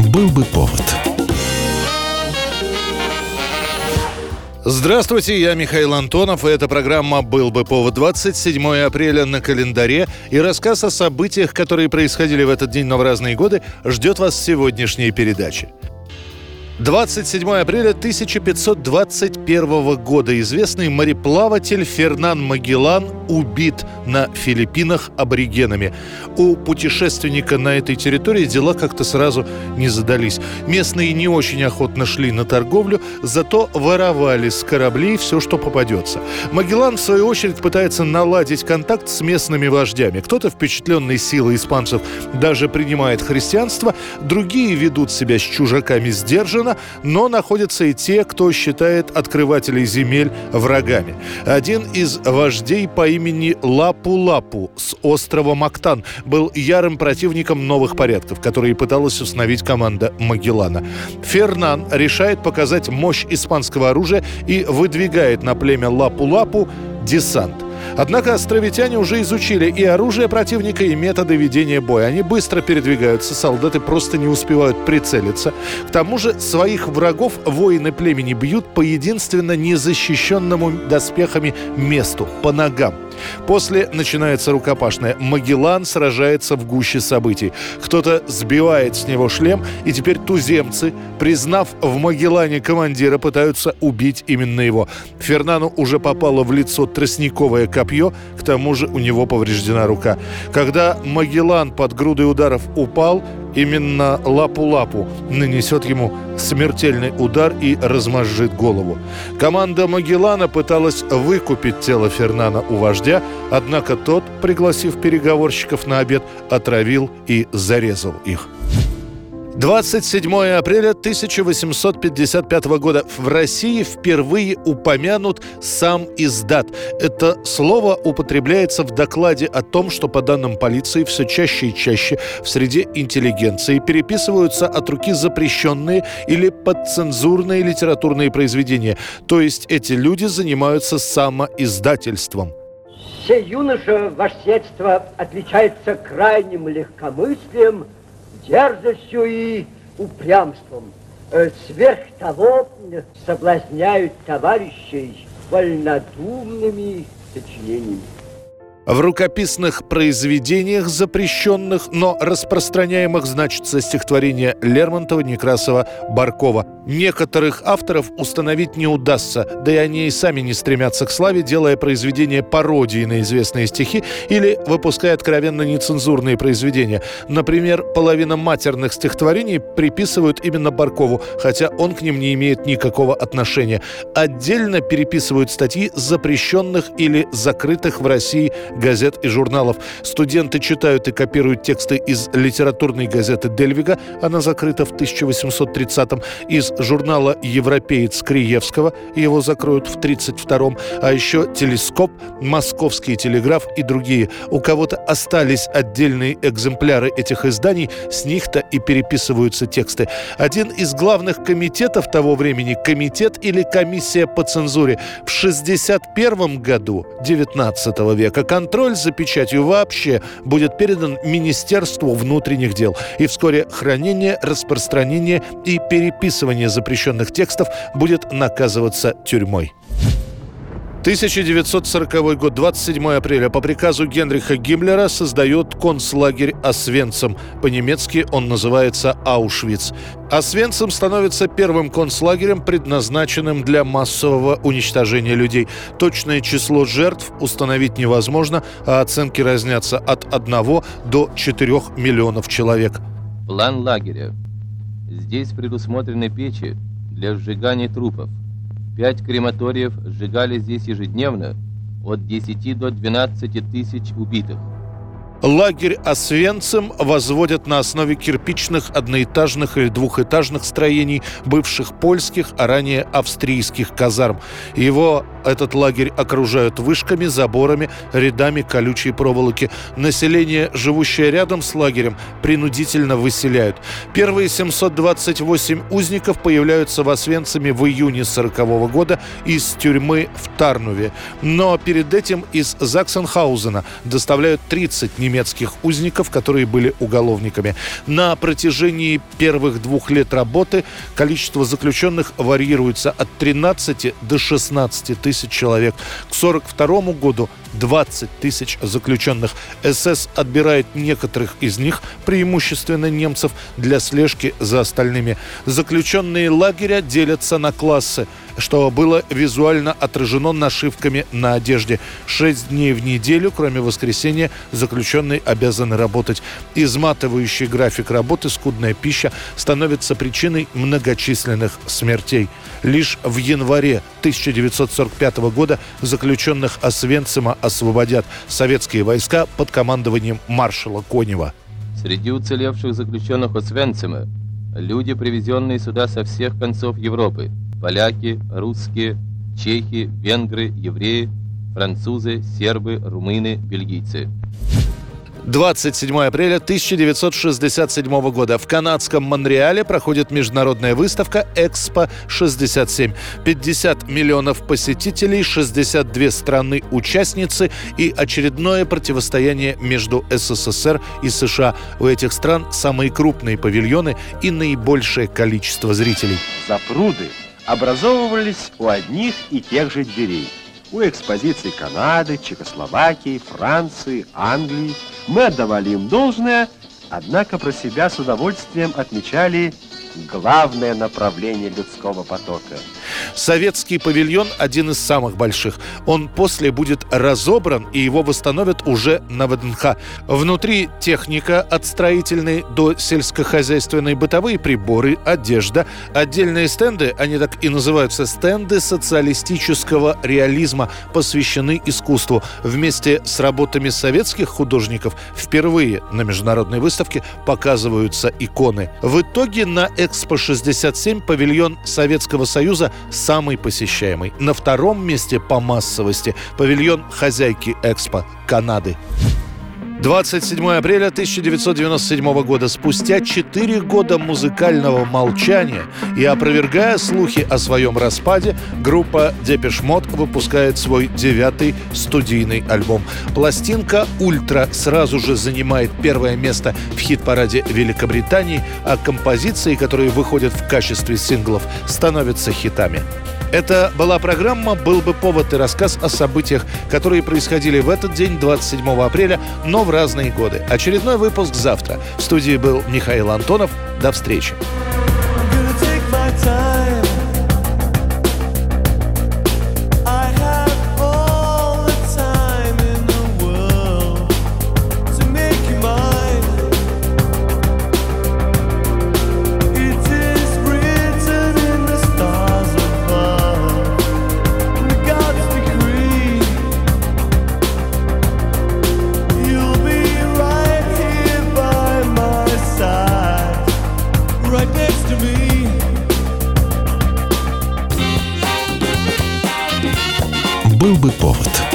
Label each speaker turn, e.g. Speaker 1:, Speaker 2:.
Speaker 1: Был бы повод.
Speaker 2: Здравствуйте, я Михаил Антонов, и эта программа «Был бы повод». 27 апреля на календаре, и рассказ о событиях, которые происходили в этот день, но в разные годы, ждет вас в сегодняшней передаче. 27 апреля 1521 года известный мореплаватель Фернан Магеллан убит на Филиппинах аборигенами. У путешественника на этой территории дела как-то сразу не задались. Местные не очень охотно шли на торговлю, зато воровали с кораблей все, что попадется. Магеллан, в свою очередь, пытается наладить контакт с местными вождями. Кто-то, впечатленный силой испанцев, даже принимает христианство, другие ведут себя с чужаками сдержанно, но находятся и те, кто считает открывателей земель врагами. Один из вождей по имени Лапу-Лапу с острова Моктан был ярым противником новых порядков, которые пыталась установить команда Магеллана. Фернан решает показать мощь испанского оружия и выдвигает на племя Лапу-Лапу десант. Однако островитяне уже изучили и оружие противника, и методы ведения боя. Они быстро передвигаются, солдаты просто не успевают прицелиться. К тому же своих врагов воины племени бьют по единственно незащищенному доспехами месту – по ногам. После начинается рукопашная. Магеллан сражается в гуще событий. Кто-то сбивает с него шлем, и теперь туземцы, признав в Магеллане командира, пытаются убить именно его. Фернану уже попало в лицо тростниковое копье, к тому же у него повреждена рука. Когда Магеллан под грудой ударов упал, именно Лапу-Лапу нанесет ему смертельный удар и размозжит голову. Команда Магеллана пыталась выкупить тело Фернана у вождя, однако тот, пригласив переговорщиков на обед, отравил и зарезал их. 27 апреля 1855 года в России впервые упомянут сам издат. Это слово употребляется в докладе о том, что, по данным полиции, все чаще и чаще в среде интеллигенции переписываются от руки запрещенные или подцензурные литературные произведения. То есть эти люди занимаются самоиздательством.
Speaker 3: Сей юноша, ваше сиятельство, отличается крайним легкомыслием, дерзостью и упрямством. Сверх того соблазняют товарищей вольнодумными сочинениями.
Speaker 2: В рукописных произведениях, запрещенных, но распространяемых, значится стихотворение Лермонтова, Некрасова, Баркова. Некоторых авторов установить не удастся, да и они и сами не стремятся к славе, делая произведения пародии на известные стихи или выпуская откровенно нецензурные произведения. Например, половина матерных стихотворений приписывают именно Баркову, хотя он к ним не имеет никакого отношения. Отдельно переписывают статьи запрещенных или закрытых в России газет и журналов. Студенты читают и копируют тексты из литературной газеты «Дельвига», она закрыта в 1830-м, из журнала «Европеец» Криевского, его закроют в 1932-м, а еще «Телескоп», «Московский телеграф» и другие. У кого-то остались отдельные экземпляры этих изданий, с них-то и переписываются тексты. Один из главных комитетов того времени, комитет или комиссия по цензуре, в 1961 году 19 века контроль за печатью вообще будет передан Министерству внутренних дел. И вскоре хранение, распространение и переписывание запрещенных текстов будет наказываться тюрьмой. 1940 год, 27 апреля. По приказу Генриха Гиммлера создает концлагерь Освенцим. По-немецки он называется Аушвиц. Освенцим становится первым концлагерем, предназначенным для массового уничтожения людей. Точное число жертв установить невозможно, а оценки разнятся от 1 до 4 миллионов человек.
Speaker 4: План лагеря. Здесь предусмотрены печи для сжигания трупов. 5 крематориев сжигали здесь ежедневно от 10 до 12 тысяч убитых.
Speaker 2: Лагерь Освенцим возводят на основе кирпичных одноэтажных или двухэтажных строений бывших польских, а ранее австрийских казарм. Этот лагерь окружают вышками, заборами, рядами колючей проволоки. Население, живущее рядом с лагерем, принудительно выселяют. Первые 728 узников появляются в Освенциме в июне 1940 года из тюрьмы в Тарнуве. Но перед этим из Заксенхаузена доставляют 30 немецких узников, которые были уголовниками. На протяжении первых 2 лет работы количество заключенных варьируется от 13 до 16 тысяч человек. К 1942 году 20 тысяч заключенных. СС отбирает некоторых из них, преимущественно немцев, для слежки за остальными. Заключенные лагеря делятся на классы, что было визуально отражено нашивками на одежде. 6 дней в неделю, кроме воскресенья, заключенные обязаны работать. Изматывающий график работы, скудная пища становится причиной многочисленных смертей. Лишь в январе 1945 года заключенных Освенцима освободят советские войска под командованием маршала Конева.
Speaker 4: Среди уцелевших заключенных Освенцима люди, привезенные сюда со всех концов Европы. Поляки, русские, чехи, венгры, евреи, французы, сербы, румыны, бельгийцы.
Speaker 2: 27 апреля 1967 года в канадском Монреале проходит международная выставка «Экспо-67». 50 миллионов посетителей, 62 страны-участницы и очередное противостояние между СССР и США. У этих стран самые крупные павильоны и наибольшее количество зрителей.
Speaker 1: Запруды образовывались у одних и тех же дверей. У экспозиций Канады, Чехословакии, Франции, Англии. Мы отдавали им должное, однако про себя с удовольствием отмечали главное направление людского потока.
Speaker 2: Советский павильон – один из самых больших. Он после будет разобран, и его восстановят уже на ВДНХ. Внутри техника от строительной до сельскохозяйственной, бытовые приборы, одежда. Отдельные стенды, они так и называются, стенды социалистического реализма, посвящены искусству. Вместе с работами советских художников впервые на международной выставке показываются иконы. В итоге на Экспо-67 павильон Советского Союза самый посещаемый. На втором месте по массовости павильон хозяйки Экспо Канады. 27 апреля 1997 года. Спустя 4 года музыкального молчания и опровергая слухи о своем распаде, группа Depeche Mode выпускает свой 9-й студийный альбом. Пластинка «Ультра» сразу же занимает первое место в хит-параде Великобритании, а композиции, которые выходят в качестве синглов, становятся хитами. Это была программа «Был бы повод» и рассказ о событиях, которые происходили в этот день, 27 апреля, но в разные годы. Очередной выпуск завтра. В студии был Михаил Антонов. До встречи.
Speaker 5: Был бы повод.